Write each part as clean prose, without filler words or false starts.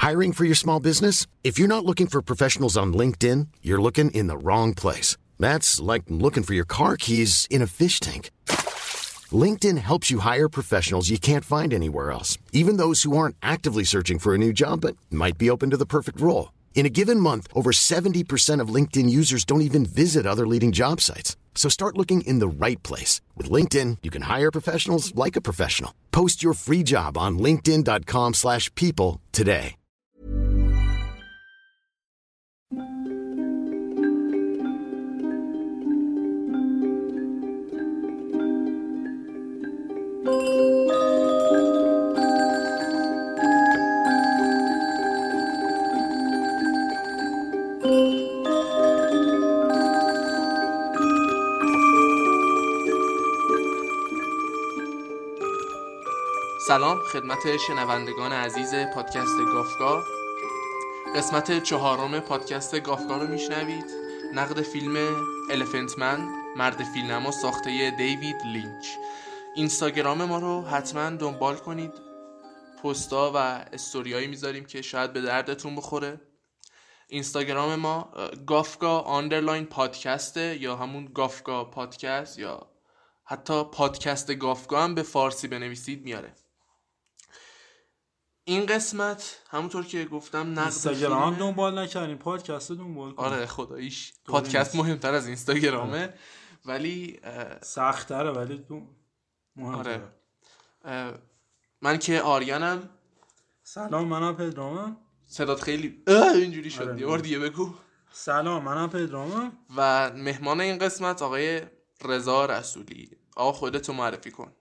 Hiring for your small business? If you're not looking for professionals on LinkedIn, you're looking in the wrong place. That's like looking for your car keys in a fish tank. LinkedIn helps you hire professionals you can't find anywhere else, even those who aren't actively searching for a new job but might be open to the perfect role. In a given month, over 70% of LinkedIn users don't even visit other leading job sites. So start looking in the right place. With LinkedIn, you can hire professionals like a professional. Post your free job on linkedin.com/people today. سلام خدمت شنوندگان عزیز پادکست گافگاه. قسمت 4 پادکست گافگاه رو میشنوید. نقد فیلم الیفنت من، مرد فیلنما ساخته دیوید لینچ. اینستاگرام ما رو حتما دنبال کنید. پستا و استوریایی میذاریم که شاید به دردتون بخوره. اینستاگرام ما گافگاه پادکسته یا همون گافگاه پادکست یا حتی پادکست گافگاه هم به فارسی بنویسید میاره. این قسمت همونطور که گفتم نقد اینستاگرام دنبال نکنیم، پادکست رو دنبال کنیم. آره خداییش پادکست مهمتر از اینستاگرامه. ولی سخت‌تره ولی آره. من که آریانم. سلام، منم پدرامم. صدات خیلی اینجوری شد. آره. یه بار دیگه بگو. سلام، منم پدرامم. و مهمان این قسمت آقای رضا رسولی. آقا خودتو معرفی کن.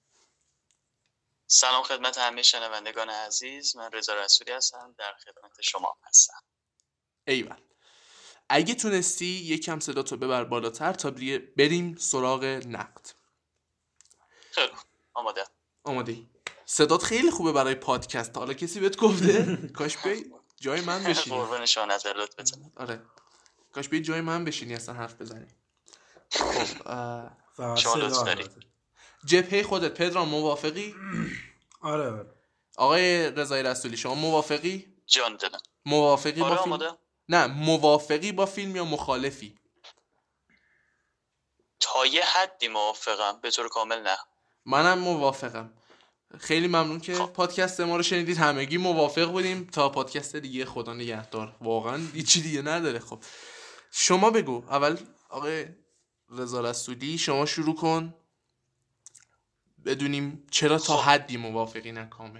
سلام خدمت همه شنوندگان عزیز، من رضا رسولی هستم، در خدمت شما هستم. ایول. اگه تونستی یکم صداتو ببر بالاتر تا بریم سراغ نقد. خیلی آماده. صدات خیلی خوبه برای پادکست. حالا کسی بهت گفته؟ کاش به جای من بشینی. قربون شما نظرت بزنم. آره. کاش به جای من بشینی اصلا حرف بزنی. خب شما لطف داری. جبهه خودت پدرام موافقی؟ آره. آقای رضای رسولی شما موافقی؟ جان دلم. موافقی با فیلم؟ آماده؟ نه، موافقی با فیلم یا مخالفی؟ تا یه حدی موافقم، به طور کامل نه. منم موافقم. خیلی ممنون که پادکست ما رو شنیدید. همگی موافق بودیم. تا پادکست دیگه خدا نگهدار. واقعا هیچی دیگه نداره. خب شما بگو اول آقای رضا رسولی، شما شروع کن بدونیم چرا تا حدی موافقی نه کامل.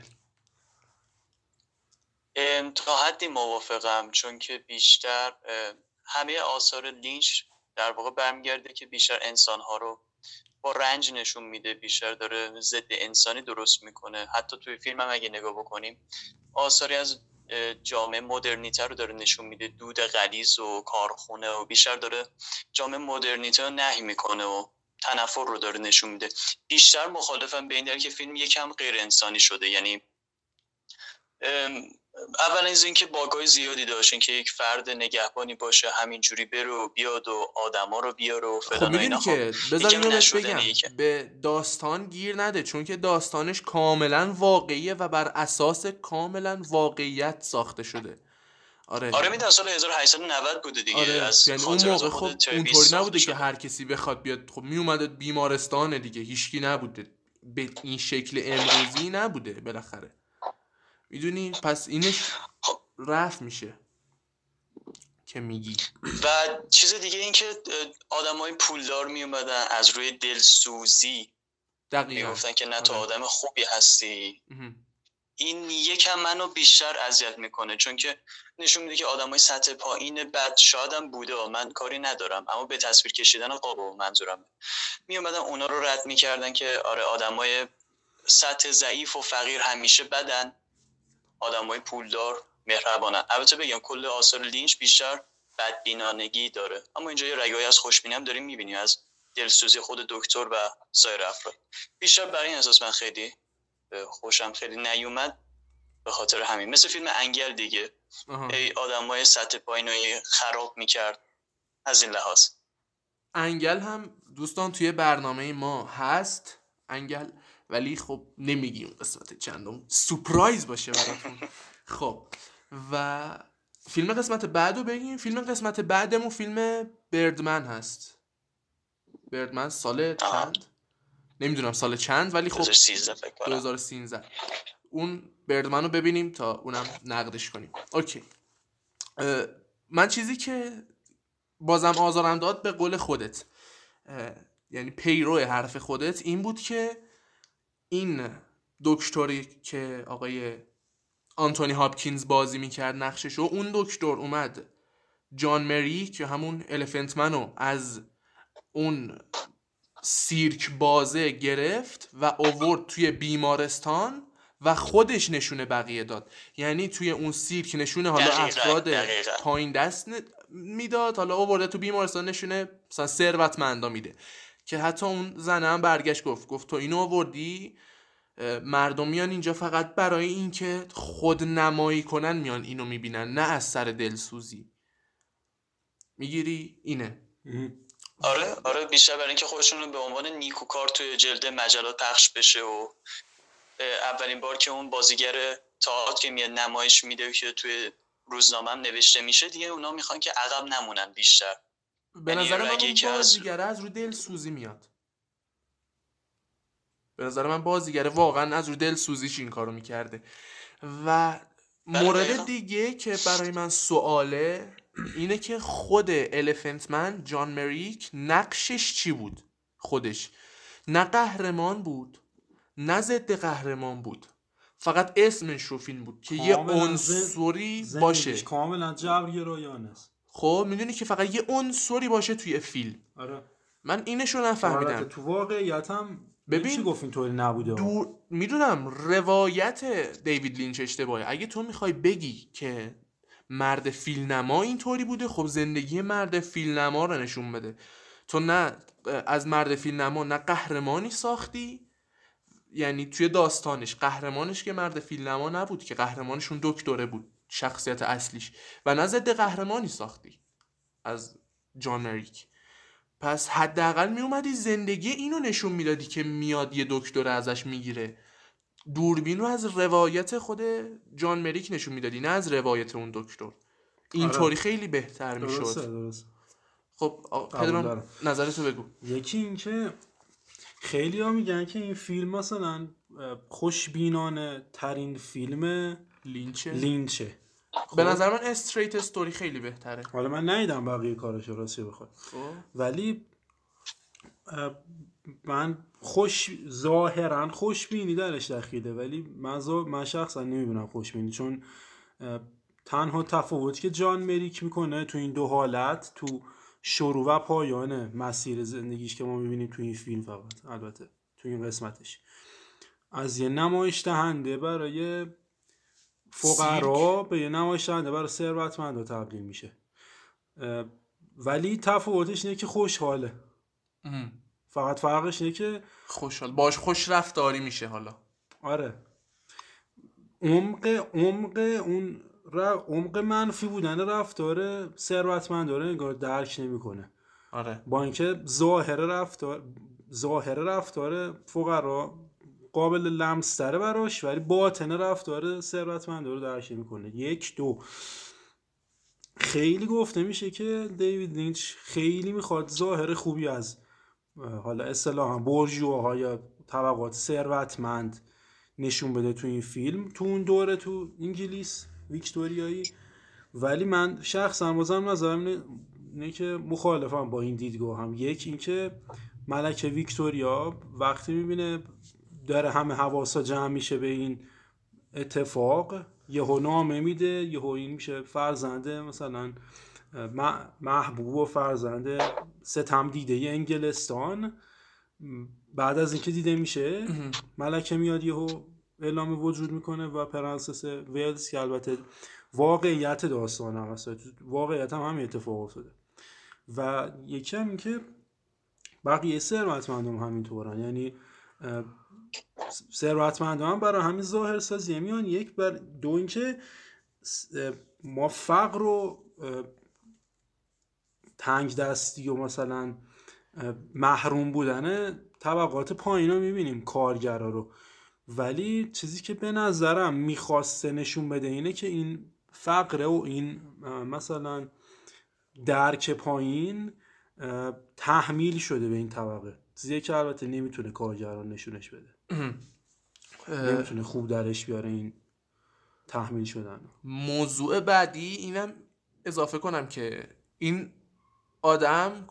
تا حدی موافقم چون که بیشتر همه آثار لینچ در واقع برمیگرده که بیشتر انسان‌ها رو با رنج نشون میده، بیشتر داره ضد انسانی درست میکنه. حتی توی فیلم هم اگه نگاه بکنیم آثاری از جامعه مدرنیته رو داره نشون میده، دود غلیظ و کارخونه، و بیشتر داره جامعه مدرنیته رو نهی میکنه و تنفر رو داره نشون میده. بیشتر مخالفم به این دلیل که فیلم یکم غیر انسانی شده. یعنی اولا از این که باگای زیادی داشتن که یک فرد نگهبانی باشه همینجوری بره و بیاد و آدما رو بیاره و فلان و اینا. خب که بذار اینو بگم به داستان گیر نده، چون که داستانش کاملا واقعیه و بر اساس کاملا واقعیت ساخته شده. آره میدونم سال 1890 بوده دیگه. آره. از یعنی اون موقع خب اونطوری نبوده که هر کسی بخواد بیاد. خب می اومده بیمارستان دیگه، هیچکی نبوده به این شکل امروزی نبوده بالاخره، میدونی؟ پس اینش رفت میشه که میگی. و چیز دیگه این که آدمای پولدار می اومدن از روی دلسوزی میگفتن که نه تو آدم خوبی هستی. این یکم منو بیشتر اذیت میکنه، چون که نشون میده که آدمای سطح پایین بد شادم بوده، من کاری ندارم، اما به تصویر کشیدن قابو منظورم می اومدن اونا رو رد میکردن که آره آدمای سطح ضعیف و فقیر همیشه بدن، آدمای پولدار مهربانن. البته بگم کل آثار لینچ بیشتر بدبینانگی داره، اما اینجا یه رگایی از خوشبینی هم داریم میبینیم از دلسوزی خود دکتر و سایر افراد. بیشتر برای این اساس من خیلی خوشم خیلی نیومد، به خاطر همین. مثل فیلم انگل دیگه، ای آدمای سطح پایین رو خراب میکرد. از این لحاظ انگل هم دوستان توی برنامه ما هست انگل، ولی خب نمیگیم قسمت چندم، سورپرایز باشه براتون. خب و فیلم قسمت بعد رو بگیم. فیلم قسمت بعدمون فیلم بردمن هست. بردمن سال چند؟ نمیدونم سال چند، ولی خب 2013. اون بردمن رو ببینیم تا اونم نقدش کنیم. اوکی. من چیزی که بازم آزارم داد به قول خودت، یعنی پیرو حرف خودت، این بود که این دکتری که آقای آنتونی هاپکینز بازی میکرد نقششو، اون دکتر اومد جان مری که همون الیفنت منو از اون سیرک بازه گرفت و آورد توی بیمارستان و خودش نشونه بقیه داد. یعنی توی اون سیرک نشونه حالا افراد پایین دست میداد، حالا آورده تو بیمارستان نشونه مثلا ثروتمندا میده. که حتی اون زنه هم برگشت گفت تو اینو آوردی، مردم میان اینجا فقط برای این که خود نمایی کنن میان اینو میبینن، نه از سر دلسوزی. میگیری اینه؟ آره بیشتر برای اینکه خودشون رو به عنوان نیکوکار توی جلد مجلات پخش بشه و اولین بار که اون بازیگر تئاتر که میاد نمایش میده که توی روزنامه هم نوشته میشه دیگه، اونا میخوان که عقب نمونن بیشتر. به نظر من اون بازیگره از رو دلسوزی میاد. به نظر من بازیگره واقعا از رو دلسوزیش این کارو میکرده. و مورد دیگه که برای من سواله اینه که خود الیفنت من جان مریک نقشش چی بود؟ خودش نه قهرمان بود نه ضد قهرمان بود، فقط اسمش رو فیلم بود که یه عنصری باشه، کاملا جبرگرایانه است. خب میدونی که فقط یه عنصری باشه توی فیلم. آره من اینشو نفهمیدم. تو واقعیت هم ببین چی گفتین طوری نبوده. میدونم روایت دیوید لینچ اشتباهه. اگه تو میخوای بگی که مرد فیلمنما اینطوری بوده، خب زندگی مرد فیلمنما رو نشون بده. تو نه از مرد فیلمنما نه قهرمانی ساختی، یعنی توی داستانش قهرمانش که مرد فیلمنما نبود که قهرمانشون دکتره بود شخصیت اصلیش، و نه ضد قهرمانی ساختی از جان مریک. پس حداقل می اومدی زندگی اینو نشون میدادی که میاد یه دکتر ازش میگیره. دوربین رو از روایت خود جان مریک نشون میدادی نه از روایت اون دکتر. اینطوری خیلی بهتر میشد. درسته. خب پدرام نظرتو بگو. یکی این که خیلی ها میگن که این فیلم مثلا خوشبینانه ترین فیلم لینچه. به نظر من استریت استوری خیلی بهتره. حالا من ندیدم بقیه کاراشو راستی بخواد، ولی من ظاهرا خوشبینی درش دخیله، ولی من شخصا نمیبینم خوشبینی، چون تنها تفاوتی که جان مریک میکنه تو این دو حالت، تو شروع و پایان مسیر زندگیش که ما میبینیم تو این فیلم، فقط البته تو این قسمتش از یه نمایش دهنده برای فقرا به یه نمایش دهنده برای ثروتمندا تبدیل میشه. ولی تفاوتش اینه که خوشحاله. فقط فرقش اینه که خوشحال باش، خوش رفتاری میشه. حالا آره عمق منفی بودن رفتار ثروتمند داره انگار درک نمیکنه. آره با اینکه ظاهر رفتار فقرا قابل لمس تره براش، ولی باطن رفتار ثروتمند رو درک نمیکنه. 1 2 خیلی گفته میشه که دیوید لینچ خیلی میخواد ظاهر خوبی از حالا اصطلاحاً بورژواها یا طبقات ثروتمند نشون بده تو این فیلم، تو اون دوره تو انگلیس ویکتوریایی. ولی من شخصا بازم نظرم اینه که مخالفم با این دیدگاه هم. یک اینکه ملکه ویکتوریا وقتی میبینه داره همه حواسا جمع میشه به این اتفاق، یهو نامه میده، یهو این میشه فرزنده مثلا محبوب و فرزنده ستم دیده انگلستان. بعد از اینکه دیده میشه ملکه میاد یهو اعلام وجود میکنه و پرنسس ویلز، که البته واقعیت داستان هم هست، واقعیت هم همین اتفاق افتاده. و یکی هم این که بقیه ثروتمندان هم همینطورن، یعنی ثروتمندان هم برای همین ظاهر سازی میان. یک بر دو اینکه ما فقر و تنگ دستی و مثلا محروم بودن طبقات پایین رو میبینیم، کارگرا رو. ولی چیزی که به نظرم میخواسته نشون بده اینه که این فقره و این مثلا درک پایین تحمیل شده به این طبقه، چیزی که البته نمیتونه کارگران نشونش بده، نمیتونه خوب درش بیاره این تحمیل شدن. موضوع بعدی اینم اضافه کنم که این آدم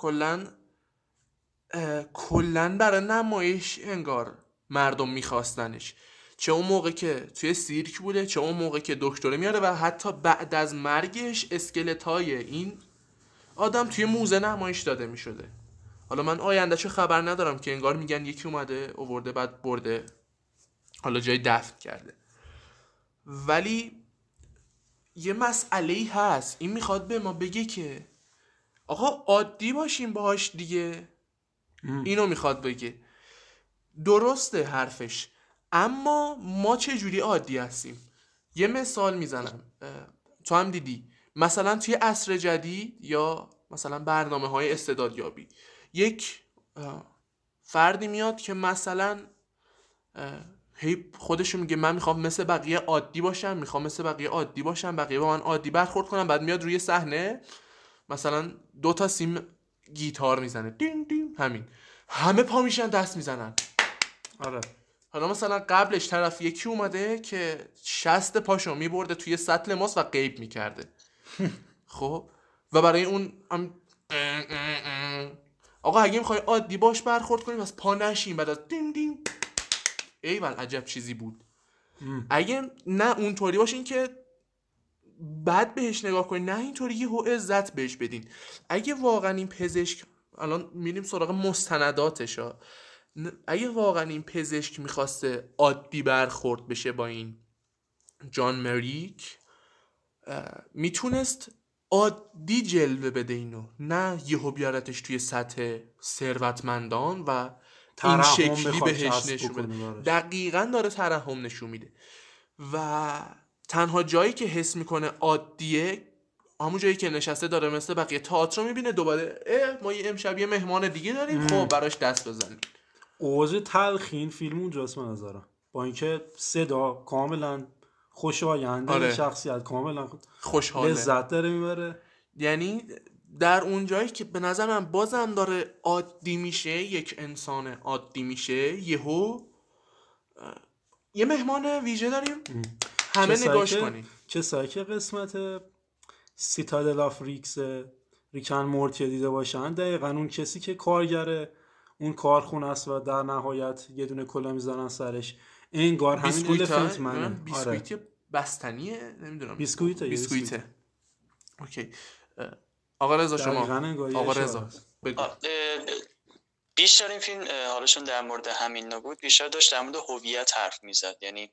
کلن برای نمایش انگار مردم میخواستنش، چه اون موقع که توی سیرک بوده، چه اون موقع که دکتره میاره و حتی بعد از مرگش اسکلتای این آدم توی موزه نمایش داده میشده. حالا من آیندهشو خبر ندارم که انگار میگن یکی اومده آورده بعد برده حالا جای دفن کرده، ولی یه مسئله‌ای هست. این میخواد به ما بگه که آقا عادی باشیم باهاش دیگه. اینو میخواد بگه. درسته حرفش، اما ما چه جوری عادی هستیم؟ یه مثال میزنم، تو هم دیدی مثلا توی عصر جدید یا مثلا برنامه‌های استعدادیابی یک فردی میاد که مثلا هی خودشو میگه من میخوام مثل بقیه عادی باشم، بقیه با من عادی برخورد کنم، بعد میاد روی صحنه مثلا 2 سیم گیتار میزنه، دین دین، همه پا میشن دست میزنن. آره. حالا مثلا قبلش طرف یکی اومده که 60 پاشو میبرده توی سطل ماست و غیب میکرده. خب و برای اون آقا اگه میخوای عادی باش برخورد کنیم پس پا نشیم بعد از دین دین، ایول عجب چیزی بود. اگه نه اونطوری باشین که بعد بهش نگاه کنین، نه اینطوری یهو عزت بهش بدین. اگه واقعا این پزشک، الان میریم سراغ مستنداتشا، اگه واقعا این پزشک میخواسته عادی برخورد بشه با این جان مریک، میتونست عادی جلوه بده اینو، نه یهو بیارتش توی سطح ثروتمندان و این شکلی بهش نشون بده. دقیقاً داره ترحم نشون میده و تنها جایی که حس میکنه عادیه همون جایی که نشسته داره مثل بقیه تئاتر رو میبینه، دوباره ما یه امشب یه مهمان دیگه داریم، خب براش دست بزنیم. اوج تلخین فیلم اونجاست من نظرم، با اینکه صدا کاملا خوشاینده، آره. شخصیت کاملا خوشحاله، لذت داره میبره. یعنی در اون جایی که به نظر من بازم داره عادی میشه، یک انسان عادی میشه، یهو یه مهمان ویژه داریم همه نگاش کنیم. کسایی که قسمت سیتادل آف ریکن مورتی دیده باشن، دقیقاً اون کسی که کارگر اون کارخونه است و در نهایت یه دونه کلا میزنن سرش، انگار همین الیفنت منه. بیسکویت بستنیه، نمیدونم بیسکویته. اوکی. آقا رضا شما. آقا رضا بگو. بیشتر این فیلم حالشون در مورد همین نبود، بیشتر داشت در مورد هویت حرف میزد. یعنی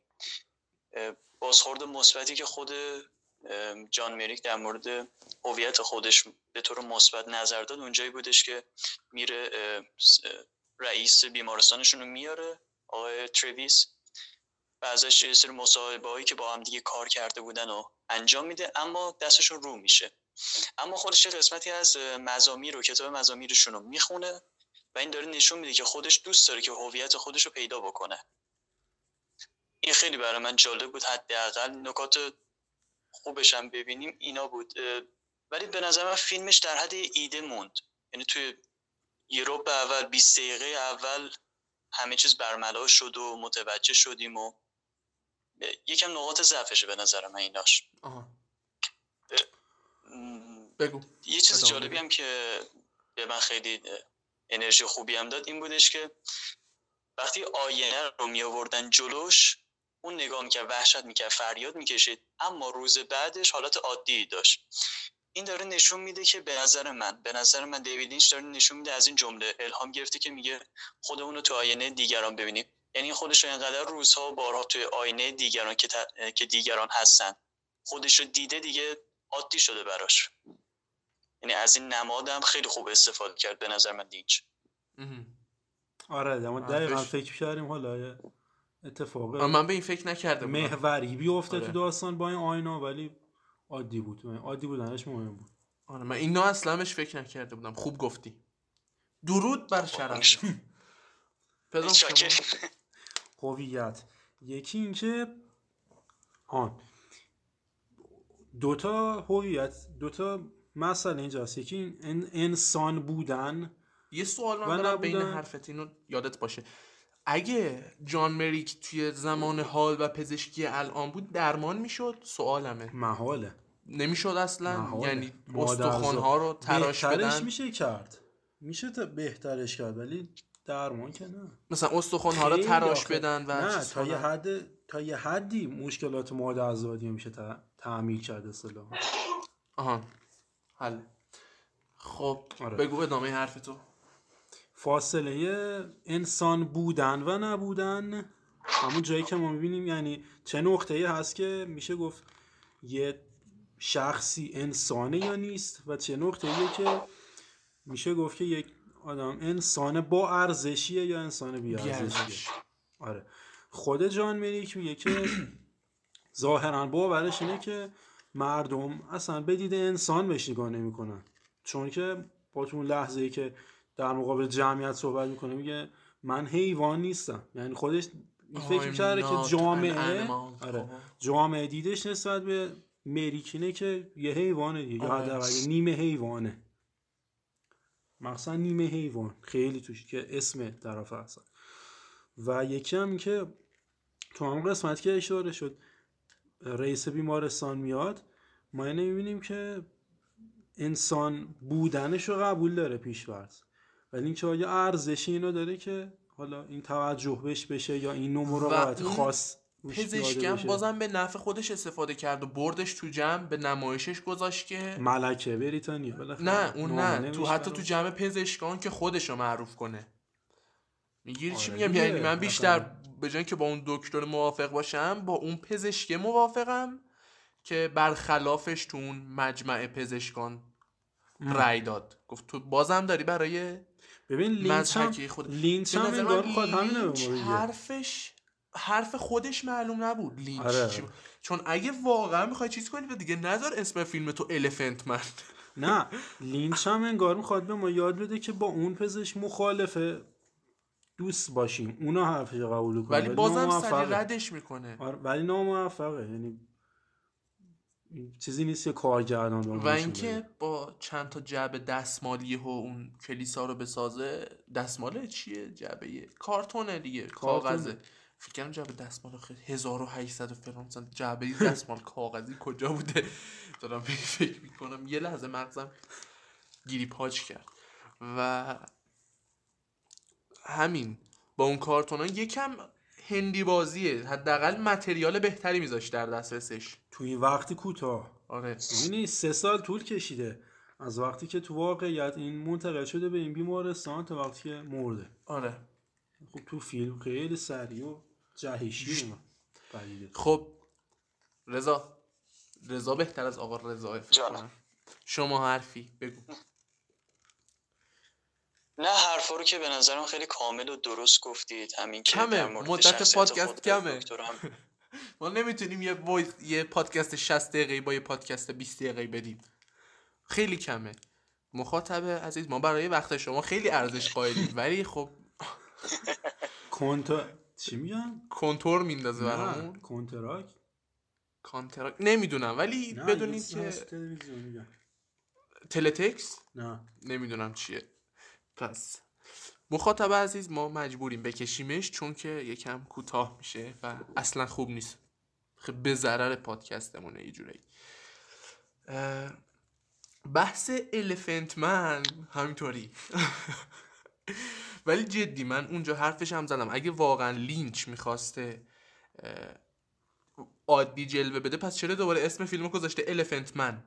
بازخورد مثبتی که خود جان مریک در مورد هویت خودش به طور مثبت نظر داد اونجایی بودش که میره رئیس بیمارستانشون رو میاره، آقای تریویس، و ازش یه سری مصاحبه‌هایی که با هم دیگه کار کرده بودن و انجام میده، اما دستشون رو میشه. اما خودش قسمتی از مزامیر و کتاب مزامیرشون رو میخونه و این داره نشون میده که خودش دوست داره که هویت خودش رو پیدا بکنه. این خیلی برای من جالب بود، حداقل نکات خوبش هم ببینیم اینا بود. ولی به نظر من فیلمش در حد ایده موند، یعنی توی یه ربع اول 20 دقیقه اول همه چیز برملا شد و متوجه شدیم و یکم نقاط ضعفشه به نظر من ایناش. بگو. یه چیز جالبی هم که به من خیلی انرژی خوبی هم داد این بودش که وقتی آینه رو می آوردن جلوش، اون نگاه میکرد، وحشت میکرد، فریاد میکشید، اما روز بعدش حالت عادی داشت. این داره نشون میده که به نظر من دیوید لینچ داره نشون میده از این جمله الهام گرفته که میگه خودمون رو تو آینه دیگران ببینیم. یعنی خودش رو اینقدر روزها و بارها توی آینه دیگران که دیگران هستن خودش رو دیده، دیگه عادی شده براش. یعنی از این نمادم خیلی خوب استفاده کرد به نظر من لینچ. آره دقیقاً فکر کردیم حالا اتفاقه من به این فکر نکردم محوری بیفته تو داستان با این آینا، ولی عادی بودنش مهم بود. آره من اینا اصلا بهش فکر نکرده بودم. خوب گفتی. درود بر شرف. هویت. یکی این که دوتا هویت، دوتا مسئله اینجاست. یکی انسان بودن. یه سوال من دارم بین حرفت، اینو یادت باشه، اگه جان مریک توی زمان حال و پزشکی الان بود درمان میشد؟ سوالمه. محاله. نمیشد اصلا؟ یعنی استخوان‌ها رو تراش بدن؟ بهترش میشه کرد، میشه بهترش کرد، ولی درمان که نه. مثلا استخوان‌ها رو تراش بدن و نه، تا یه حدی مشکلات مادرزادی میشه تعمیل کرد اصطلاحاً. آها حل. خب بگو ادامه حرفتو. فاصله انسان بودن و نبودن همون جایی که ما میبینیم، یعنی چه نقطه‌ای هست که میشه گفت یه شخصی انسانه یا نیست، و چه نقطه‌ایه که میشه گفت که یک آدم انسان با ارزشیه یا انسان بی ارزشیه. آره، خود جان مریک میگه که ظاهراً باورش اینه که مردم اصلا به دید انسان بهش نگاه نمی‌کنن، چون که با اون لحظه‌ای که در مقابل جمعیت صحبت میکنه میگه من حیوان نیستم. یعنی خودش فکر کرده که جامعه دیدش نسبت به مریکینه که یه حیوانه دیگه، یا حداقل نیمه حیوانه، مثلا نیمه حیوان خیلی توش که اسم طرف هست. و یکی هم که تو هم قسمت که اشاره شد رئیس بیمارستان میاد، ما نمیبینیم که انسان بودنش رو قبول داره پیش‌فرض، ولی این که آیا ارزشی اینو داره که حالا این توجه بهش بشه یا این نوع مراقبت خاص. پزشکم بازم به نفع خودش استفاده کرد و بردش تو جمع به نمایشش گذاشت که ملکه بریتانیا. نه اون نه، تو حتی تو جمع پزشکان که خودش رو معروف کنه. میگیری چی میگم؟ یعنی من بیشتر به جای که با اون دکتر موافق باشم با اون پزشک موافقم که برخلافش تو اون مجمع پزشکان رای داد. گفت تو بازم داری برای ببین لینچ هم انگار میخواد همینو حرف خودش معلوم نبود لینچ. چون اگه واقعا میخوای چیز کنی دیگه نذار اسم فیلم تو الیفنت من. نه، لینچ هم انگار میخواد به ما یاد بده که با اون پزشک مخالفه دوست باشیم، اونا حرفش قبول کنیم، ولی بازم سری ردش میکنه. ولی ناموفقه. یعنی چیزی نیست که کارگردان و اینکه با چند تا جعبه دستمالیه و اون کلیسا رو بسازه. دستماله چیه؟ جعبه کارتونه دیگه، کاغذه. فکر کنم جعبه دستمال خیلی 1800 فرانک مثلا جعبه دستمال کاغذی کجا بوده. دارم فکر میکنم، یه لحظه مغزم گیری پاچ کرد. و همین با اون کارتونا یکم هندی بازیه، حداقل متریال بهتری میذاش در دسترسش تو این وقتی کوتاه. آره ببینی 3 سال طول کشیده از وقتی که تو واقعیت این منتقل شده به این بیمارستان تا وقتی که مرده. آره خب تو فیلم خیلی سریع و جهشی پریده. خب رضا بهتر از آقا رضا. شما حرفی بگو. نه، حرفا رو که به نظرم خیلی کامل و درست گفتید. همین که کمه مدت پادکست کمه. ما نمیتونیم یه پادکست 60 دقیقه‌ای با یه پادکست 20 دقیقه‌ای بدیم، خیلی کمه. مخاطب عزیز، ما برای وقت شما خیلی ارزش قائلیم، ولی خب چی میگن؟ کنتور میندازه برامون. کانتراک نمیدونم، ولی بدونید که تلتکس نمیدونم چیه. پس مخاطب عزیز، ما مجبوریم بکشیمش چون که یکم کوتاه میشه و اصلا خوب نیست، خیلی به ضرر پادکستمونه یه جوری. بحث الیفنت من همینطوری. ولی جدی من اونجا حرفش هم زدم، اگه واقعا لینچ میخواسته عادی جلوه بده پس چرا دوباره اسم فیلمو گذاشته الیفنت من؟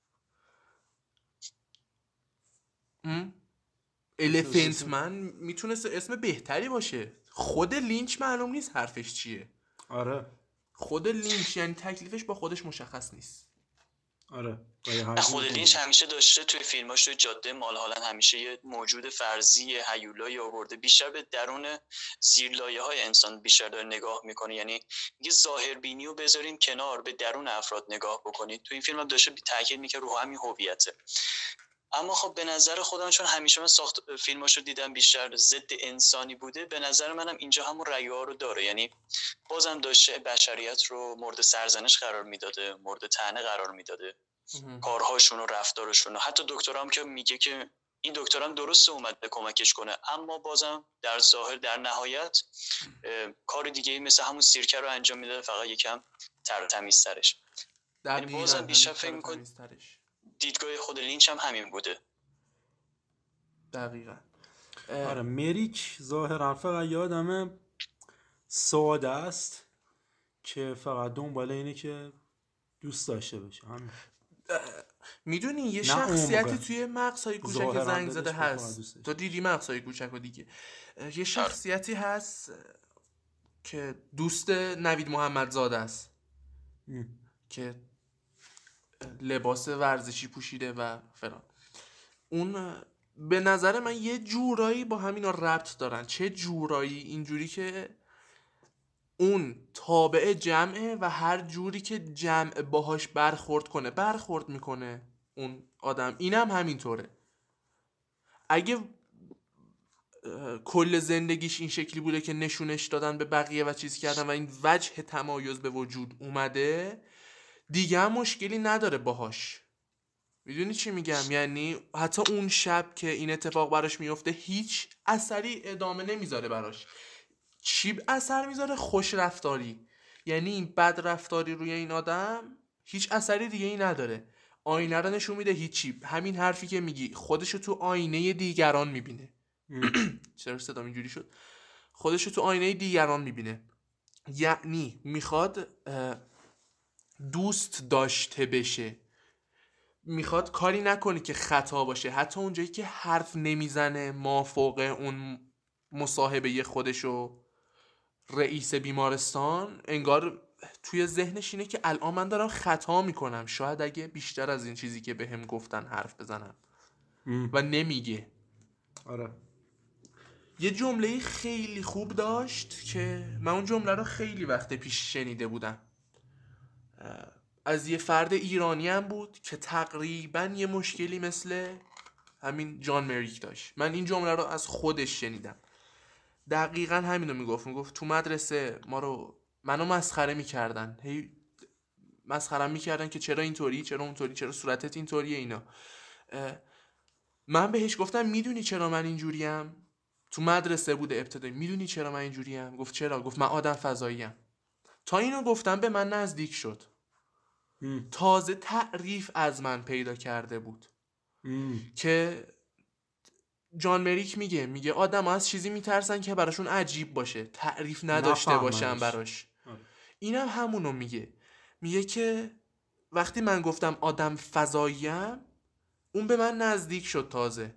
الیفنت من میتونست اسم بهتری باشه. خود لینچ معلوم نیست حرفش چیه. آره خود لینچ یعنی تکلیفش با خودش مشخص نیست. آره خود لینچ همیشه داشته توی فیلماش توی جاده مال هالند همیشه یه موجود فرضی هیولایی آورده، بیشتر به درون زیرلایه‌های انسان بیشتر داره نگاه میکنه. یعنی یه ظاهر بینی رو بذارین کنار، به درون افراد نگاه بکنید. توی این فیلم هم داشته تاکید میکنه رو همین هویته. اما خب به نظر خودم چون همیشه من فیلماشو دیدم بیشتر ضد انسانی بوده، به نظر منم اینجا همون رأی‌ها رو داره، یعنی بازم داشته بشریت رو مورد سرزنش قرار میداده، مورد طعنه قرار میداده، کارهاشون و رفتارشون. حتی دکترام که میگه که این دکترم درسته اومد به کمکش کنه، اما بازم در ظاهر در نهایت کار دیگه مثل همون سیرکه رو انجام میداده، فقط یکم تمیزترش. یعنی بازم بیشتر فکر میکنم دیدگاه خود لینچ هم همین بوده. دقیقاً. آره مریک ظاهرا فقط یه آدم ساده است که فقط دنبال اینه که دوست داشته بشه. همین. میدونی یه شخصیتی توی مغزهای کوچک زنگ زده هست، تو دیدی مغزهای کوچک رو دیگه، یه شخصیتی هست که دوست نوید محمدزاده است که لباس ورزشی پوشیده و فلان. اون به نظر من یه جورایی با همینا ربط دارن. چه جورایی؟ اینجوری که اون تابع جمعه و هر جوری که جمع باهاش برخورد میکنه اون آدم. اینم همینطوره. اگه کل زندگیش این شکلی بوده که نشونش دادن به بقیه و چیز کردن و این وجه تمایز به وجود اومده، دیگه هم مشکلی نداره باهاش. میدونی چی میگم؟ یعنی حتی اون شب که این اتفاق براش میفته هیچ اثری ادامه نمیذاره براش. چی اثر میذاره؟ خوش رفتاری. یعنی این بد رفتاری روی این آدم هیچ اثری دیگه ای نداره. آینه رو نشون میده هیچی. همین حرفی که میگی خودشو تو آینه دیگران میبینه. چرا صدام اینجوری شد؟ خودشو تو آینه دیگران میبینه. یعنی میخواد دوست داشته بشه، میخواد کاری نکنه که خطا باشه. حتی اونجایی که حرف نمیزنه مافوق اون مصاحبه خودشو رئیس بیمارستان، انگار توی ذهنش اینه که الان من دارم خطا میکنم، شاید اگه بیشتر از این چیزی که بهم گفتن حرف بزنم و نمیگه. آره. یه جمله خیلی خوب داشت که من اون جمله رو خیلی وقت پیش شنیده بودم، از یه فرد ایرانی هم بود که تقریبا یه مشکلی مثل همین جان مریک داشت. من این جمله رو از خودش شنیدم. دقیقا همینو میگفت تو مدرسه منو مسخره میکردن، هی مسخره میکردن که چرا اینطوری، چرا اونطوری، چرا صورتت اینطوریه اینا. من بهش گفتم میدونی چرا من اینجوریم؟ تو مدرسه بوده ابتدایی. میدونی چرا من اینجوریم؟ گفت چرا؟ گفت من آدم فضاییم. تا اینو گفتم به من نزدیک شد. تازه تعریف از من پیدا کرده بود که جان مریک میگه آدم ها از چیزی میترسن که براشون عجیب باشه، تعریف نداشته باشن براش. اینم همونو میگه که وقتی من گفتم آدم فضاییم، اون به من نزدیک شد، تازه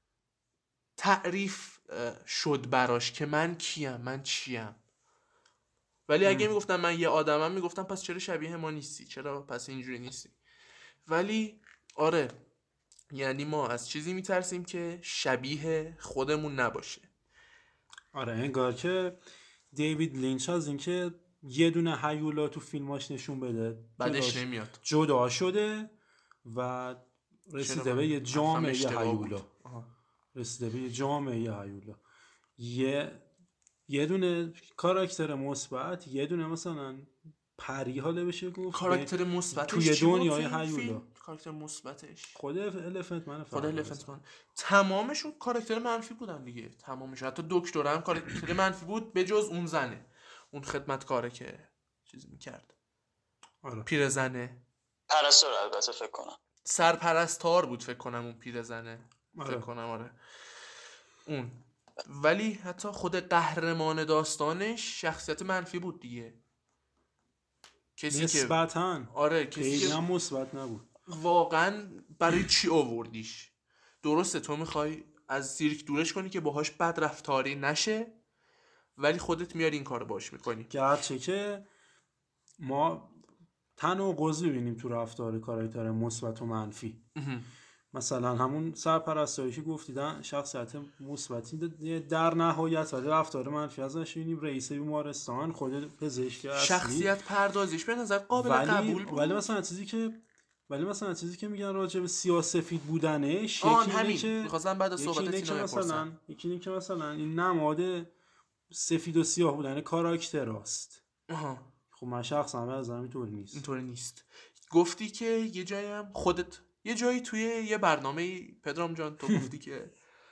تعریف شد براش که من کیم، من چیم. ولی اگه میگفتم من یه آدمم، میگفتم پس چرا شبیه ما نیستی، چرا پس اینجوری نیستی. ولی آره، یعنی ما از چیزی میترسیم که شبیه خودمون نباشه. آره، انگار که دیوید لینچ از این که یه هیولا تو فیلماش نشون بده بعدش نمیاد، جدا شده و رسیده به یه جامعه هیولا. رسیده به یه جامعه هیولا. یه دونه کاراکتر مثبت، یه دونه مثلا پری حاله بشه گفت کاراکتر مثبتش توی دنیای هیولا. کاراکتر مثبتش خود الیفنت من. تمامشون کاراکتر منفی بودن دیگه، تمامشون. حتی دکتر هم کاراکتر منفی بود به جز اون زنه، اون خدمتکاره که چیز میکرد. آره. پیرزنه پرستار، البته فکر کنم سرپرستار بود، فکر کنم اون پیرزنه. آره. فکر کنم آره اون. ولی حتی خود قهرمان داستانش شخصیت منفی بود دیگه. کسی نسبتاً. آره، کسی که مثبت نبود. واقعا برای چی آوردیش؟ درسته تو میخوای از سیرک دورش کنی که باهاش بد رفتاری نشه، ولی خودت میاری این کارو باش میکنی. گرچه که ما تناقض ببینیم تو رفتار کاراکتر مثبت و منفی. مثلا همون سرپرستاری که گفتیدن شخصیت مثبتی در نهایت، ولی رفتار منفی ازش می‌بینیم. رئیس بیمارستان، خود پزشک اصلی، شخصیت پردازیش به نظر قابل قبول بود. ولی مثلا چیزی که ولی مثلا چیزی که میگن راجع به سیاه‌سفید بودنش همین می‌خواستم بعد از صحبت تینا بپرسم. یکی اینه که مثلا این نماد سفید و سیاه بودن کاراکتراست. خب من شخصا به نظرم اینطوری نیست. گفتی که یه جایی هم خودت یه جایی توی یه برنامه پدرام جان تو گفتی که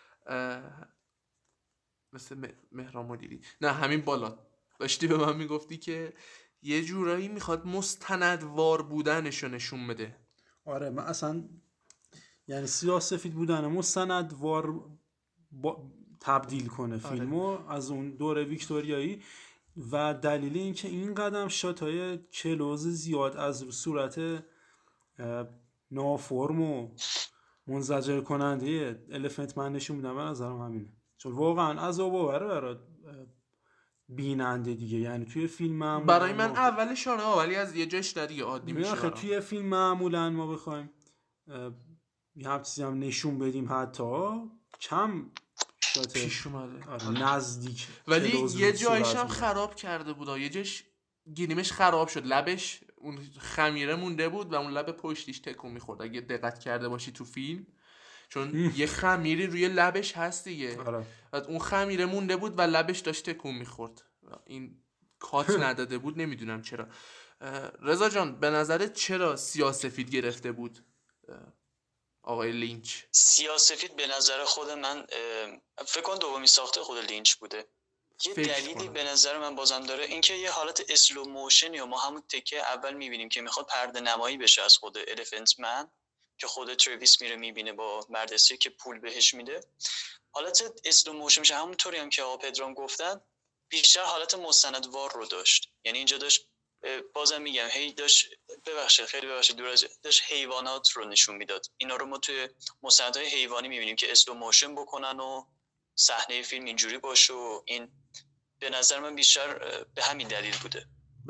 مثل مهران مدیری نه همین بالا داشتی به من میگفتی که یه جورایی میخواد مستندوار بودنشو نشون بده. آره من اصلا یعنی سیاه سفید بودن مستندوار تبدیل کنه فیلمو از اون دوره ویکتوریایی و دلیل این که این قدم شاتای کلوز زیاد از صورت نافرم و منزجر کننده الیفنت من نشون میدن. به نظرم همینه، چون واقعا عذاب آوره برای بیننده دیگه. یعنی توی فیلم برای من اولش ولی از یه جاش دیگه عادی میشه. توی فیلم معمولا ما بخوایم یه هم چیزی هم نشون بدیم حتی کم شات پیش اومده نزدیک، ولی یه جایش هم خراب کرده بود. یه جاش گیریمش خراب شد، لبش اون خمیره مونده بود و اون لب پشتیش تکون میخورد اگه دقت کرده باشی تو فیلم، چون یه خمیری روی لبش هست دیگه. و اون خمیره مونده بود و لبش داشت تکون میخورد. این کات نداده بود، نمیدونم چرا. رضا جان به نظرت چرا سیاه‌سفید گرفته بود آقای لینچ؟ سیاه‌سفید به نظر خود من فکر کنم دومی ساخته خود لینچ بوده. یه دلیلی به نظر من بازم داره، اینکه یه حالت اسلو موشن یا ما همون تکه اول میبینیم که میخواد پرده نمایی بشه از خود الیفنت من، که خود ترویس میره میبینه با مردسه که پول بهش میده. حالت اسلو موشن میشه، همونطوری هم که آقا پدرام گفتن بیشتر حالت مستندوار رو داشت. یعنی اینجا داشت بازم میگم خیلی ببخشید دور از داشت حیوانات رو نشون میداد. اینا رو ما توی مستندهای حیوانی میبینیم که اسلو موشن بکنن و صحنه فیلم اینجوری باشه و این به نظر من بیشتر به همین دلیل بوده.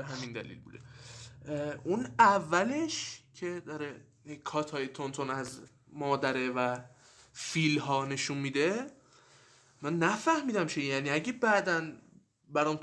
اون اولش که داره کاتای تونتون از مادره و فیل ها نشون میده، من نفهمیدم چه یعنی. اگه بعدن برام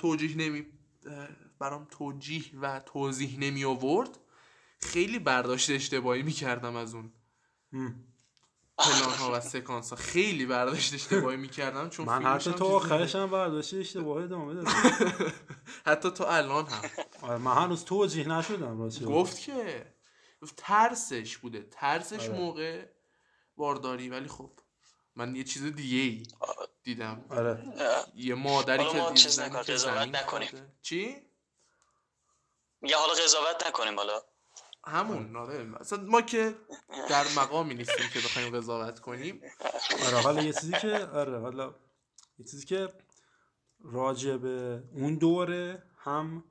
توجیه و توضیح نمی آورد خیلی برداشت اشتباهی میکردم از اون پلان ها و سکانس ها. خیلی برداشت اشتباهی میکردم، چون من حتی تو آخرش هم برداشت اشتباهی ادامه دادم. حتی تو الان هم من هنوز توجیه نشدم. گفت ترسش بوده، ترسش موقع بارداری. ولی خب من یه چیز دیگه ای دیدم. یه مادری که قضاوت نکنیم. چی؟ میگه حالا قضاوت نکنیم حالا همون مثلا ما که در مقامی نیستیم که بخوایم قضاوت کنیم. حالا یه چیزی که راجع به اون دوره هم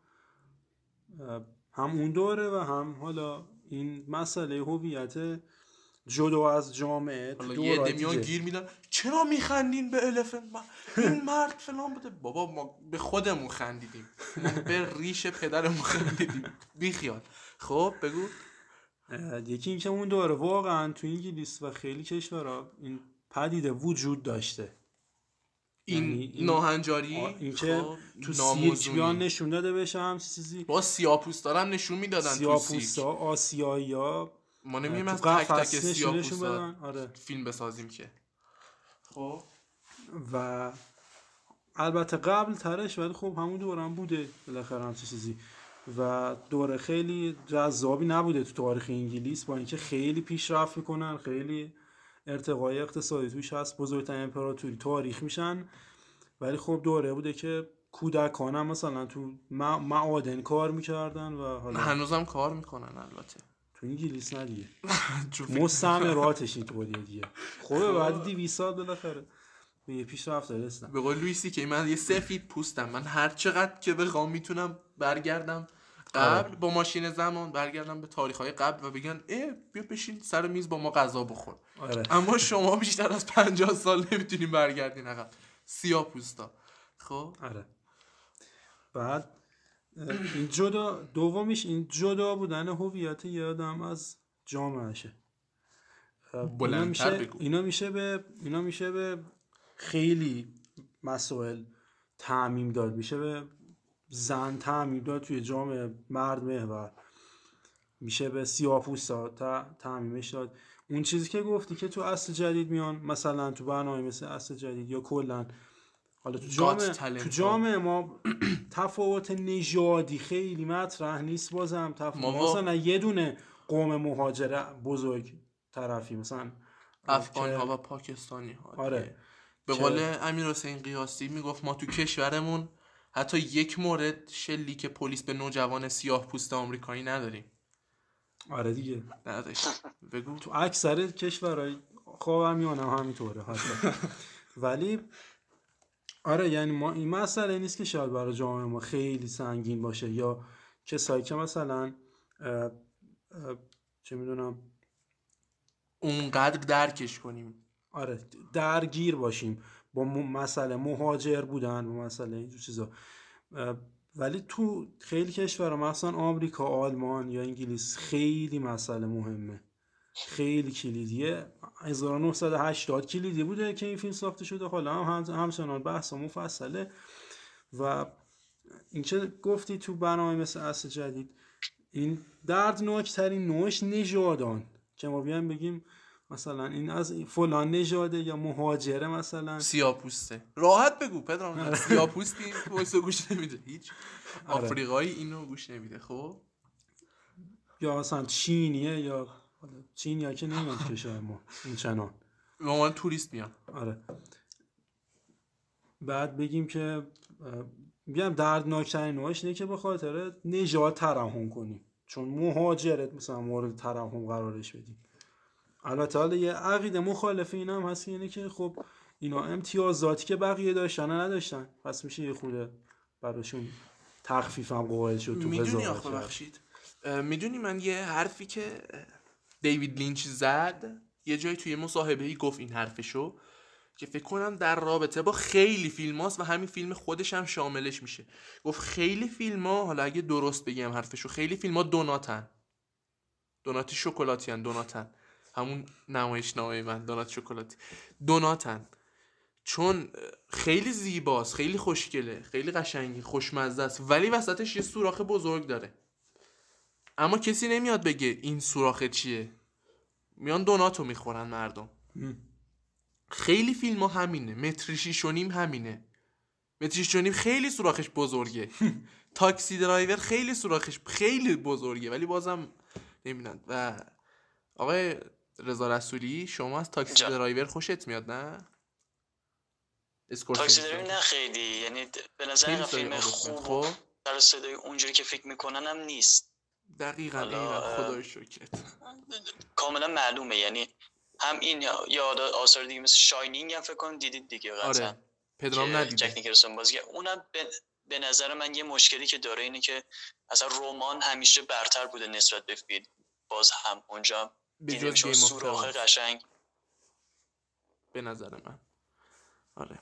اون دوره و هم حالا این مسئله هویت جدا از جامعه. یه دمیان گیر میدن چرا میخندین به الیفنت من، این مرد فلان بوده. بابا ما به خودمون خندیدیم، ما به ریش پدرمون خندیدیم، بی خیال. خب بگو. یکی این که اون دوره واقعا تو انگلیس و خیلی کشورها این پدیده وجود داشته، این ناهنجاری، این که تو سیرک بیان نشون داده بشه هم چیزی. با سیاه‌پوستا هم نشون میدادن تو سیرک. سیاه‌پوستا آسیایی‌ها ما نمی‌گیم از تک تک سیاه‌پوستا فیلم بسازیم که. خب و البته قبل ترش، ولی خب همون دوره هم بوده بالاخره هم چیزی. و دوره خیلی جذابی نبوده تو تاریخ انگلیس، با اینکه خیلی پیشرفت میکنن، خیلی ارتقای اقتصادی توش هست، بزرگترین امپراتوری تاریخ میشن. ولی خب دوره بوده که کودکان هم مثلا تو معادن کار میکردن و حالا هنوزم کار میکنن. البته تو انگلیس نه دیگه، مستعمراتش اینطوریه دیگه. خب بعد 200 سال بالاخره به یه پیشرفت رسیدن. به قول لوئیسی که من یه سفید پوستم، من هر چقدر که بخوام میتونم برگردم قبل با ماشین زمان، برگردم به تاریخ‌های قبل و بگن بیا بشین سر میز با ما غذا بخور. اما شما بیشتر از 50 سال نمیتونین برگردین عقب، سیاه‌پوستا. خب بعد این دومیش این جدا بودن هویت یه آدم از جامعهشه. بلندتر بگو. اینا میشه به خیلی مسائل تعمیم داد، میشه به زن تعمیم داد توی جامعه مرد محور. میشه به سیاه‌پوستا تعمیمش داد. اون چیزی که گفتی که تو اصل جدید میان، مثلا تو برنامه مثل اصل جدید یا کلا حالا تو جامعه ما تفاوت نژادی خیلی مطرح نیست. بازم مثلا یه دونه قوم مهاجر بزرگ طرفی، مثلا افغان ها و پاکستانی ها. آره به قول امیرحسین قیاسی میگفت ما تو کشورمون حتی یک مورد شلیک پلیس به نوجوان سیاه پوست آمریکایی نداریم. آره دیگه نداشت. بگو. تو اکثر کشورهای خاورمیانه هم همینطوره حتی. ولی آره یعنی ما این مسئله نیست که شاید برای جامعه ما خیلی سنگین باشه، یا کسایی که مثلا چه میدونم اونقدر درکش کنیم، آره درگیر باشیم با مسئله مهاجر بودن و مسئله اینجور چیزا. ولی تو خیلی کشورها مثلا آمریکا، آلمان یا انگلیس خیلی مسئله مهمه، خیلی کلیدیه. 1980 کلیدی بوده که این فیلم ساخته شده، حالا همچنان بحث مفصله. و این چه گفتی تو برنامه مثل اصل جدید، این دردناکترین نوعش نژادان که ما بیان بگیم مثلا این از فلان نژاده یا مهاجره، مثلا سیاه‌پوسته. راحت بگو پدرام، سیاه‌پوستی وایسو گوش نمیده، هیچ آفریقایی اینو گوش نمیده. خب یا مثلا چینیه، یا چینیا که نمیاد کشور ما این چنان واقعا توریست میان. آره بعد بگیم که میگم دردناکترین نوعش اینه که به خاطر نژاد ترحم کنیم، چون مهاجرت مثلا مورد ترحم قرارش بدیم. البته حالا یه عقیده مخالف این هم هست، اینه که خب اینا امتیازاتی که بقیه داشتن نداشتن، پس میشه یه خورده براشون تخفیف هم قائل شد تو قضاوت. ببخشید میدونی من یه حرفی که دیوید لینچ زد یه جایی توی مصاحبه‌ای گفت این حرفشو که فکر کنم در رابطه با خیلی فیلم هاست و همین فیلم خودش هم شاملش میشه. گفت خیلی فیلم ها، حالا اگه درست بگم حرفشو، خیلی فیلم ها دوناتی شکلاتی هن، دوناتن همون نمایشنامه من، دونات شکلاتی دوناتن، چون خیلی زیباست، خیلی خوشگله، خیلی قشنگی، خوشمزه است، ولی وسطش یه سوراخ بزرگ داره، اما کسی نمیاد بگه این سوراخه چیه، میان دوناتو میخورن مردم. خیلی فیلم ها همینه. متریشیشونیم همینه. متریشیشونیم خیلی سوراخش بزرگه. تاکسی درایور خیلی سوراخش خیلی بزرگه ولی بازم نمیدونن. و آقای رضا رسولی شما از تاکسی درایور خوشت میاد نه؟ تاکسی درایور نه خیلی، یعنی به نظر من فیلم خوب در صدای اونجوری که فکر میکننم نیست. دقیقاً خدای شکرت کاملا معلومه. یعنی هم این یاد آثار دیگه مثل شاینینگ هم فکر کنم دیدید دیگه قطعا. آره پدرام ندیده. جک نیکلسون بازیگر اونم به نظر من یه مشکلی که داره اینه که اصلا رمان همیشه برتر بوده نسبت به فیلم. باز هم اونجا دیدیم چون سوراخ قشنگ به نظر من. آره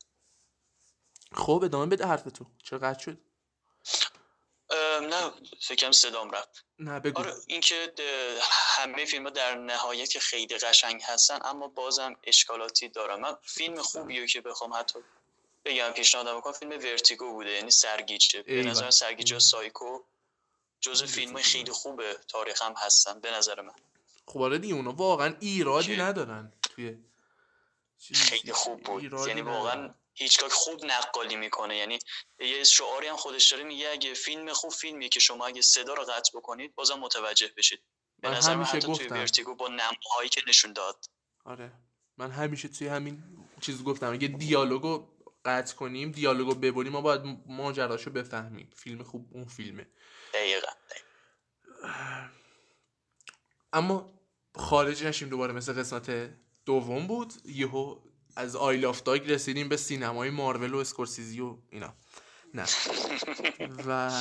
خب ادامه بده حرف تو. چرا قطع شد؟ نه فکرم صدام رفت. نه بگو. آره این که همه فیلم‌ها در نهایت که خیلی قشنگ هستن اما بازم اشکالاتی دارن. من فیلم خوبیه که بخوام حتی بگم پیشنهاد بکنم فیلم ورتیگو بوده، یعنی سرگیجه. به نظر سرگیجه سایکو جزء فیلم‌های خیلی خوبه تاریخ هم هستن به نظر من. خب آره دیگه اونا واقعا ایرادی ندارن توی خیلی خوب بود. یعنی واقعا هیچکاک خوب نقالی میکنه. یعنی یه شعاری هم خودش داره میگه اگه فیلم خوب فیلمیه که شما اگه صدا رو قطع بکنید بازم متوجه بشید. به نظر من حتی توی ورتیگو با نماهایی که نشون داد. آره من همیشه توی همین چیز گفتم اگه دیالوگو قطع کنیم، دیالوگو ببریم، ما باید ماجراشو بفهمیم. فیلم خوب اون فیلمه. دقیقاً. اما خارج نشیم دوباره مثل قسمت دوم بود، یهو از آیل آف داگ رسیدیم به سینمای مارول و اسکورسیزی و اینا. نه و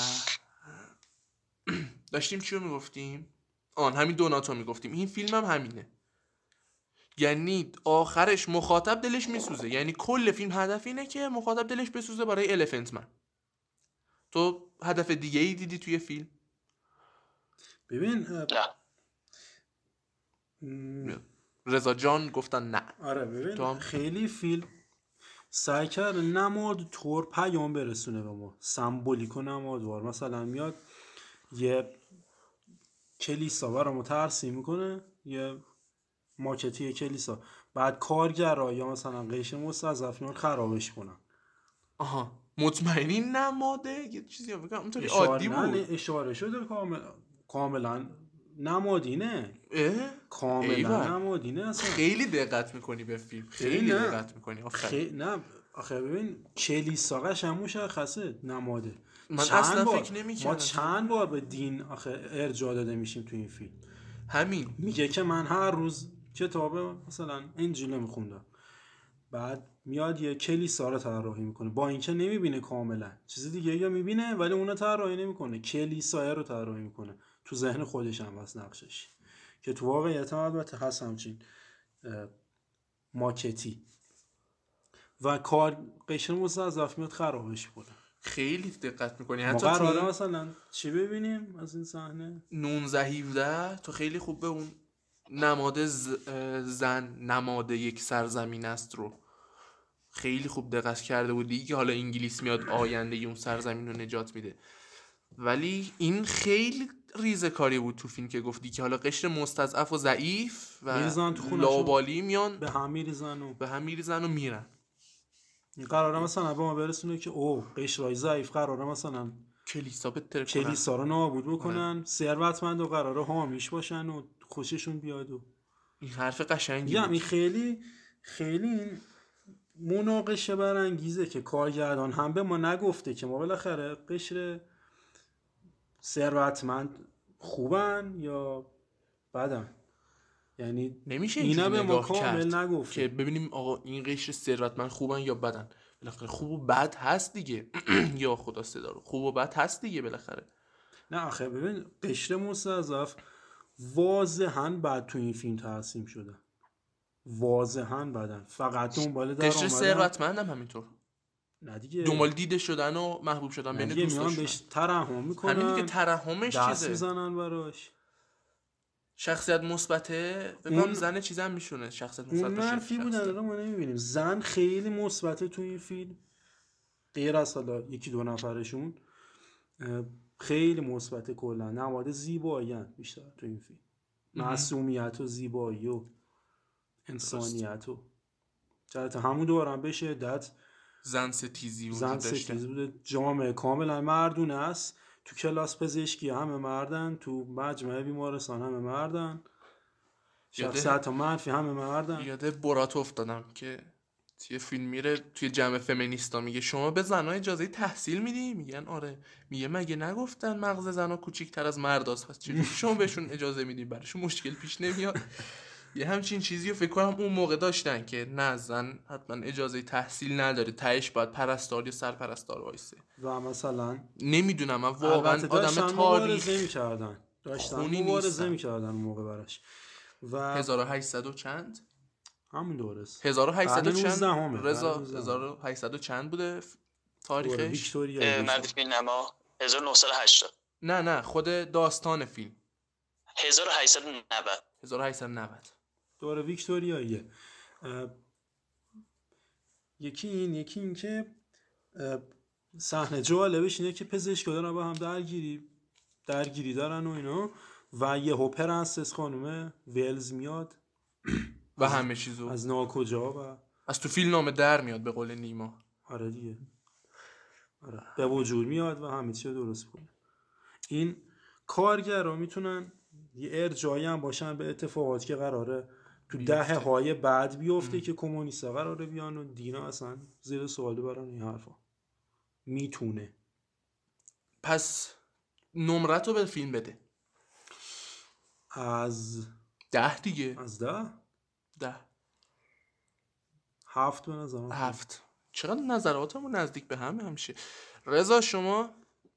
داشتیم چی رو میگفتیم؟ همین دوناتو میگفتیم. این فیلم هم همینه، یعنی آخرش مخاطب دلش میسوزه. یعنی کل فیلم هدف اینه که مخاطب دلش بسوزه برای الفنت من. تو هدف دیگه ای دیدی توی فیلم؟ ببین رضا جان گفتن نه. آره ببین خیلی فیلم سعی کرد نماد طور پیام برسونه به ما، سمبولیک و نمادوار. مثلا میاد یه کلیسا برامو ترسیم میکنه، یه ماکتی کلیسا، بعد کارگرها یا مثلا قشر مستضعفین خرابش کنن. آها مطمئنی نماده یه چیزی بگم اونطوری عادی بود؟ نه اشاره شده کاملا نمادینه. کاملا نمادینه اصلا. خیلی دقت میکنی به فیلم، خیلی دقت میکنی. نه آخه ببین کلیسا قشنگ مشخصه نماده. من اصلا فکر نمی‌کردم. ما چند بار به دین آخه ارجاع داده میشیم تو این فیلم. همین میگه که من هر روز کتاب مثلا انجیل میخوندم، بعد میاد یه کلیسا رو طراحی میکنه، با اینکه نمیبینه کاملا، چیز دیگه یا میبینه ولی اونو طراحی نمیکنه، کلیسا رو طراحی میکنه تو ذهن خودش هم واسه نقشش، که تو واقعیت هم البته هست همچین ماکتی و کار قشر مستضعف میاد خرابش کنه. خیلی دقت میکنی. حتی قراره مثلا چی ببینیم از این صحنه 1917 تو خیلی خوب به اون نماد زن نماد یک سرزمین است رو خیلی خوب دقت کرده بودی که حالا انگلیس میاد آینده اون سرزمین رو نجات میده، ولی این خیلی ریزه کاری بود تو فیلم که گفتی که حالا قشر مستضعف و ضعیف و لاوبالی میان به هم میریزن و میرن. این قراره مثلا به ما برسونه که قشرهای ضعیف قراره مثلا کلیسا رو نابود بکنن، ثروتمند و قراره حامیش باشن و خوششون بیاد. و این حرف قشنگی بود. این خیلی خیلی مناقشه برانگیزه که کارگردان هم به ما نگفته که ما بالاخره قشر ثروتمند خوبن یا بدن. یعنی نمیشه اینا به ما کامل نگفته که ببینیم آقا این قشر ثروتمند خوبن یا بدن. بالاخره خوب و بد هست دیگه. یا خدا صدا رو، خوب و بد هست دیگه بالاخره. نه آخه ببین قشر مستضعف واضحاً بد تو این فیلم ترسیم شده، واضحاً بدن، فقط دنبال درآمد. قشر ثروتمند هم همینطور. نه دیگه دنبال دیده شدن و محبوب شدن بین دوستاشون، بهش ترحم میکنن، همین که ترحمش چیزه، دست میزنن براش. شخصیت مثبته بگم زن چیزا میشونه، شخصیت مثبت اون منفی بودن رو ما نمیبینیم. زن خیلی مثبته تو این فیلم، غیر از حالا یکی دو نفرشون خیلی مثبته. کلا نماد زیبایی ان بیشتر تو این فیلم، معصومیت و زیبایی و انسانیت و چرا همون دوران به شدت زن ستیزی بوده. جامعه کاملا مردونه است. تو کلاس پزشکی همه مردن، تو مجمع بیمارستان همه مردن، شخصیت منفی همه مردن. یاد برات افتادم که توی فیلم میره توی جمع فمینیستا میگه شما به زنها اجازه تحصیل میدی؟ میگن آره. میگه مگه نگفتن مغز زنها کوچیک‌تر از مرداست، پس چجوری شما بهشون اجازه میدی؟ براشون مشکل پیش نمیاد؟ یه همچین چیزی رو فکر کنم اون موقع داشتن که نه زن حتما اجازه تحصیل نداره، تهش باید پرستار یا سرپرستار وایسه. و مثلا نمیدونم من واقعا آدم تاریخ داشتن مبارزه میکردن اون موقع براش. و 1800 و چند همون دورست 1800 و چند رضا 1800 و چند بوده تاریخش؟ مرد فیلمنما 1980. نه خود داستان فیلم 1890 دوره ویکتوریاییه. یکی این که صحنه جالبش اینه که پزشکا دارن با هم درگیری دارن و اینا، و یهو پرنسس خانم ولز میاد و همه چیزو از ناکجا و از تو فیلم نامه در میاد به قول نیما. آره دیگه، آره به وجود میاد و همه چیزو درست کنه. این کارگرها میتونن یه ارجاعی هم باشن به اتفاقاتی که قراره تو دهه‌های بعد بیفته که کمونیست‌ها قراره بیان و دینا اصلا زیر سوال ببرن. این حرفا میتونه. پس نمرتو به فیلم بده. از 10 دیگه. از 10 7 به نظرم 7. چقدر نظراتمون نزدیک به همه همیشه. رضا شما؟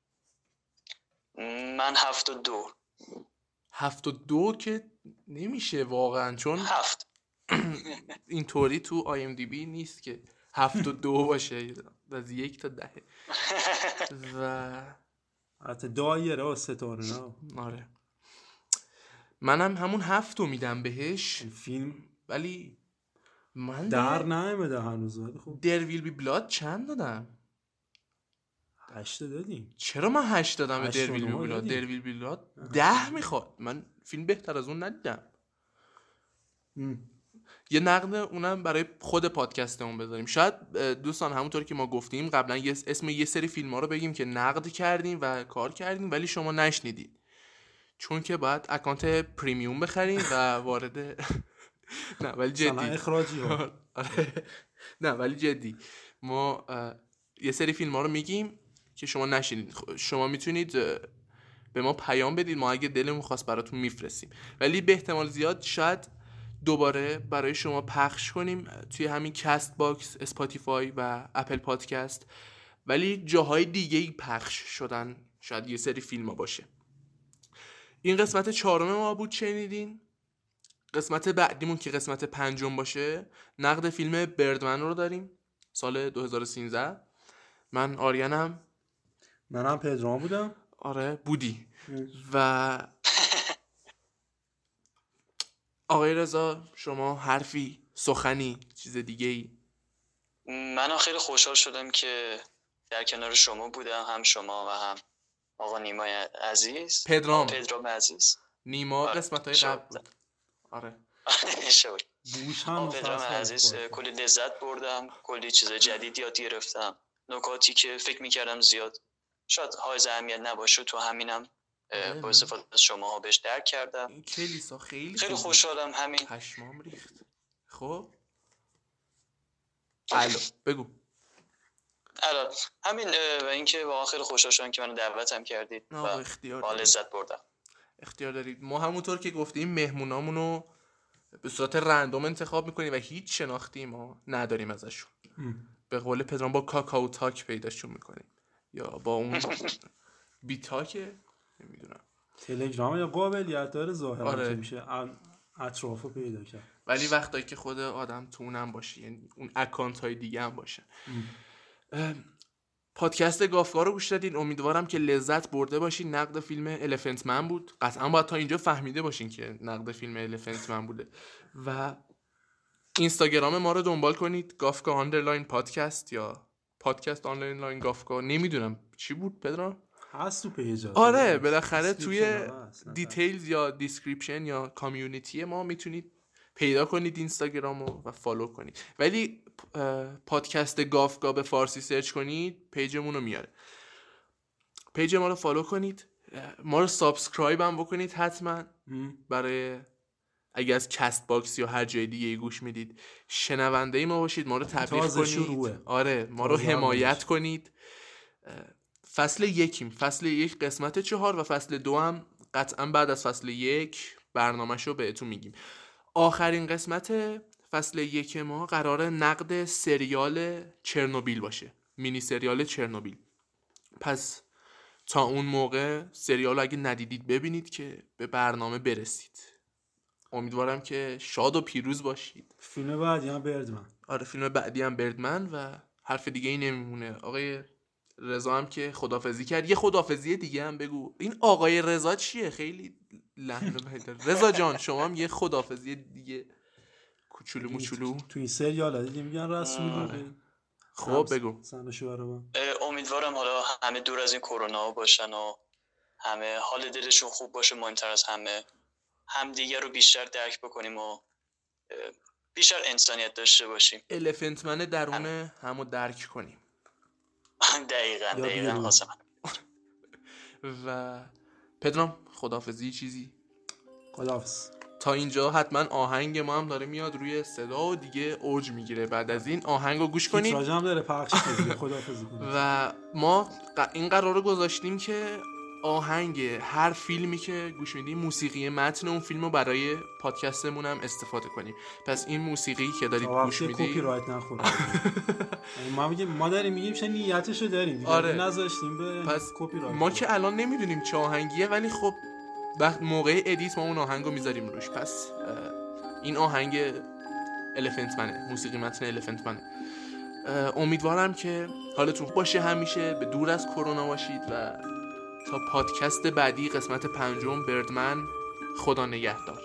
من 7.2. 7.2 که نمیشه واقعا، چون 7 اینطوری تو IMDb نیست که 7.2 باشه، از 1 تا 10 و حتی دایره و ستاره نه. آره منم همون 7 رو میدم بهش. فیلم ولی من در نمیده هنوز. خب در ویل بی بلاد چند دادم؟ 8 دادیم. چرا من 8 دادم به درویل بیلاد؟ درویل بیلاد 10 میخواد. من فیلم بهتر از اون ندیدم. یه نقد اونم برای خود پادکستمون بذاریم. شاید دوستان همونطور که ما گفتیم قبلا اسم یه سری فیلم‌ها رو بگیم که نقد کردیم و کار کردیم ولی شما نشنیدید، چون که باید اکانت پریمیوم بخریم و وارد نه ولی جدی اخراجی ها. نه ولی جدی ما یه سری فیلم‌ها رو میگیم که شما نشنیدید. شما میتونید به ما پیام بدید، ما اگه دلمون خواست براتون میفرستیم، ولی به احتمال زیاد شاید دوباره برای شما پخش کنیم توی همین کست باکس، اسپاتیفای و اپل پادکست، ولی جاهای دیگه‌ای پخش شدن. شاید یه سری فیلم ها باشه. این قسمت 4 ما بود شنیدین. قسمت بعدیمون که قسمت 5 باشه نقد فیلم بردمن رو داریم سال 2013. من آریانم. منم پدرام بودم. آره بودی. و آقای رضا شما حرفی، سخنی، چیز دیگه ای؟ من خیلی خوشحال شدم که در کنار شما بودم، هم شما و هم آقا نیمای عزیز. پدرام عزیز. نیما قسمت‌های قبل بود. آره پدرام عزیز کلی لذت بردم، کلی چیز جدید یاد گرفتم، نکاتی که فکر می‌کردم زیاد شاید حائز اهمیت نباشه تو همینم با استفاده از شماها بهش درک کردم. این کلیسا خیلی خوشحالم. همین پشمام ریخت. خب الو بگو. الان همین و اینکه واقعا خیلی خوشحال شدم که منو دعوتم کردید و با لذت بردم. اختیار دارید. ما همونطور که گفتیم مهمونامونو به صورت رندوم انتخاب میکنیم و هیچ شناختی ما نداریم ازشون. به قول پدرام با کاکائو تاک پیداشون میکنیم یا با اون بی تاکه نمیدونم تلگرام یا قابلیت داره ظاهرا که میشه اطرافو پیدا کرد، ولی وقتایی که خود آدم تو اونم باشه، یعنی اون اکانت های دیگه هم باشه. پادکست گافکار رو گوش دادین. امیدوارم که لذت برده باشین. نقد فیلم الیفنت من بود. قطعا باید تا اینجا فهمیده باشین که نقد فیلم الیفنت من بوده. و اینستاگرام ما رو دنبال کنید، گافکا آندرلاین پادکست یا پادکست آندرلاین گافکا، نمیدونم چی بود پدرام؟ هست تو پیج. آره بالاخره توی دیتیلز یا دیسکریپشن یا کامیونیتی ما میتونید پیدا کنید اینستاگرامو و فالو کنید. ولی پادکست گافکا به فارسی سرچ کنید پیجمون رو میاره. پیج ما رو فالو کنید، ما رو سابسکرایب هم بکنید حتما، برای اگه از کست باکس یا هر جای دیگه گوش میدید شنونده ما باشید، ما رو تبلیغ کنید. آره ما رو حمایت کنید. فصل 1 قسمت 4 و فصل 2 هم قطعا بعد از فصل 1 برنامه‌شو بهتون میگیم. آخرین قسمت فصل 1 ما قراره نقد سریال چرنوبیل باشه، مینی سریال چرنوبیل. پس تا اون موقع سریال اگه ندیدید ببینید که به برنامه برسید. امیدوارم که شاد و پیروز باشید. فیلم بعدی هم بردمن. آره فیلم بعدی هم بردمن و حرف دیگه ای نمیمونه. آقای رضا هم که خدافظی کرد، یه خدافظی دیگه هم بگو. این آقای رضا چیه؟ خیلی لحن بهتر. رضا جان شما هم یه خدافظی دیگه کوچولو موچولو تو این سریال دیگه میگن رسول. خب بگو. امیدوارم حالا همه دور از این کرونا باشن و همه حال دلشون خوب باشه. مهمتر از همه همدیگه رو بیشتر درک بکنیم و بیشتر انسانیت داشته باشیم. الیفنت من درون همو درک کنیم. دقیقاً خواستم. و پدرام خداحافظی چیزی؟ خداحافظ. تا اینجا حتما آهنگ ما هم داره میاد روی صدا و دیگه اوج میگیره. بعد از این آهنگ رو گوش کنید. تیتراژ هم داره پخش میشه. خداحافظی کنید. و ما این قرار رو گذاشتیم که آهنگ هر فیلمی که گوش میدیم، موسیقی متن اون فیلم رو برای پادکستمون هم استفاده کنیم. پس این موسیقی که دارید گوش میدید کپی رایت نخوره. ما داریم میگیم چه نیتشو داریم دیگه. آره. نذاشتیم به پس کپی رایت. ما که الان نمیدونیم چه آهنگیه، ولی خب وقت موقع ادیت ما اون آهنگو میذاریم روش. پس این آهنگ الیفنت منه، موسیقی متن الیفنت منه. امیدوارم که حالتون خوب باشه، همیشه به دور از کرونا باشید و تا پادکست بعدی قسمت 5 بردمن، خدا نگهدار.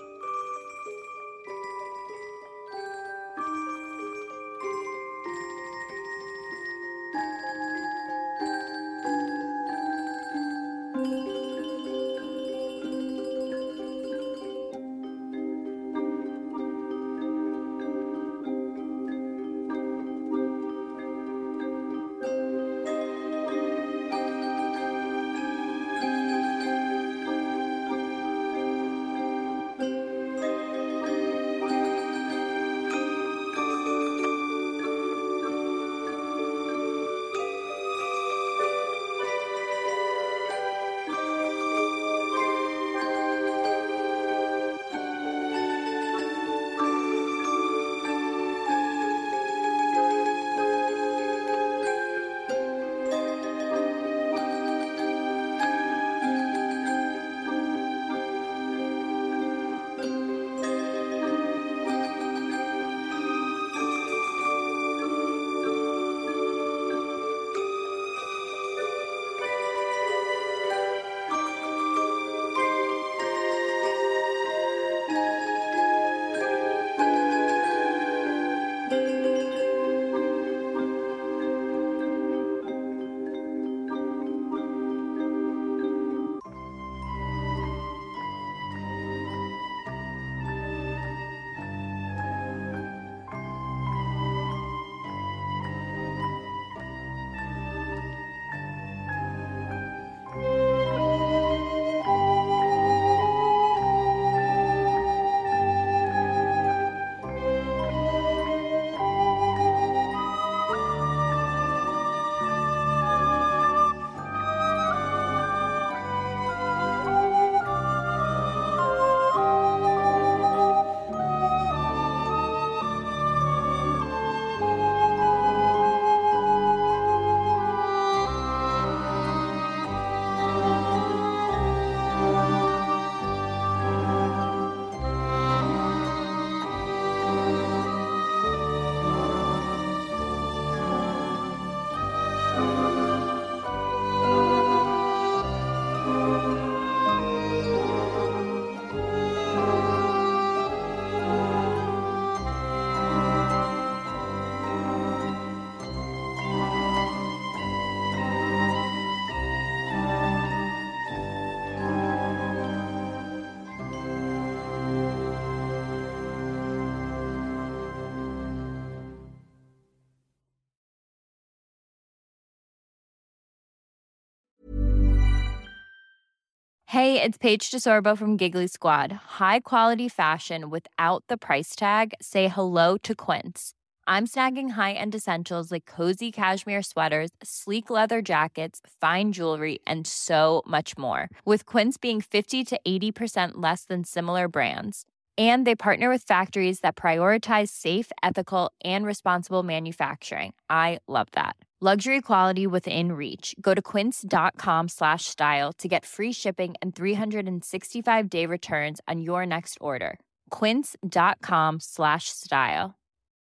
Hey, it's Paige DeSorbo from Giggly Squad. High quality fashion without the price tag. Say hello to Quince. I'm snagging high-end essentials like cozy cashmere sweaters, sleek leather jackets, fine jewelry, and so much more. With Quince being 50 to 80% less than similar brands. And they partner with factories that prioritize safe, ethical, and responsible manufacturing. I love that. Luxury quality within reach. Go to quince.com/style to get free shipping and 365-day returns on your next order. Quince.com/style.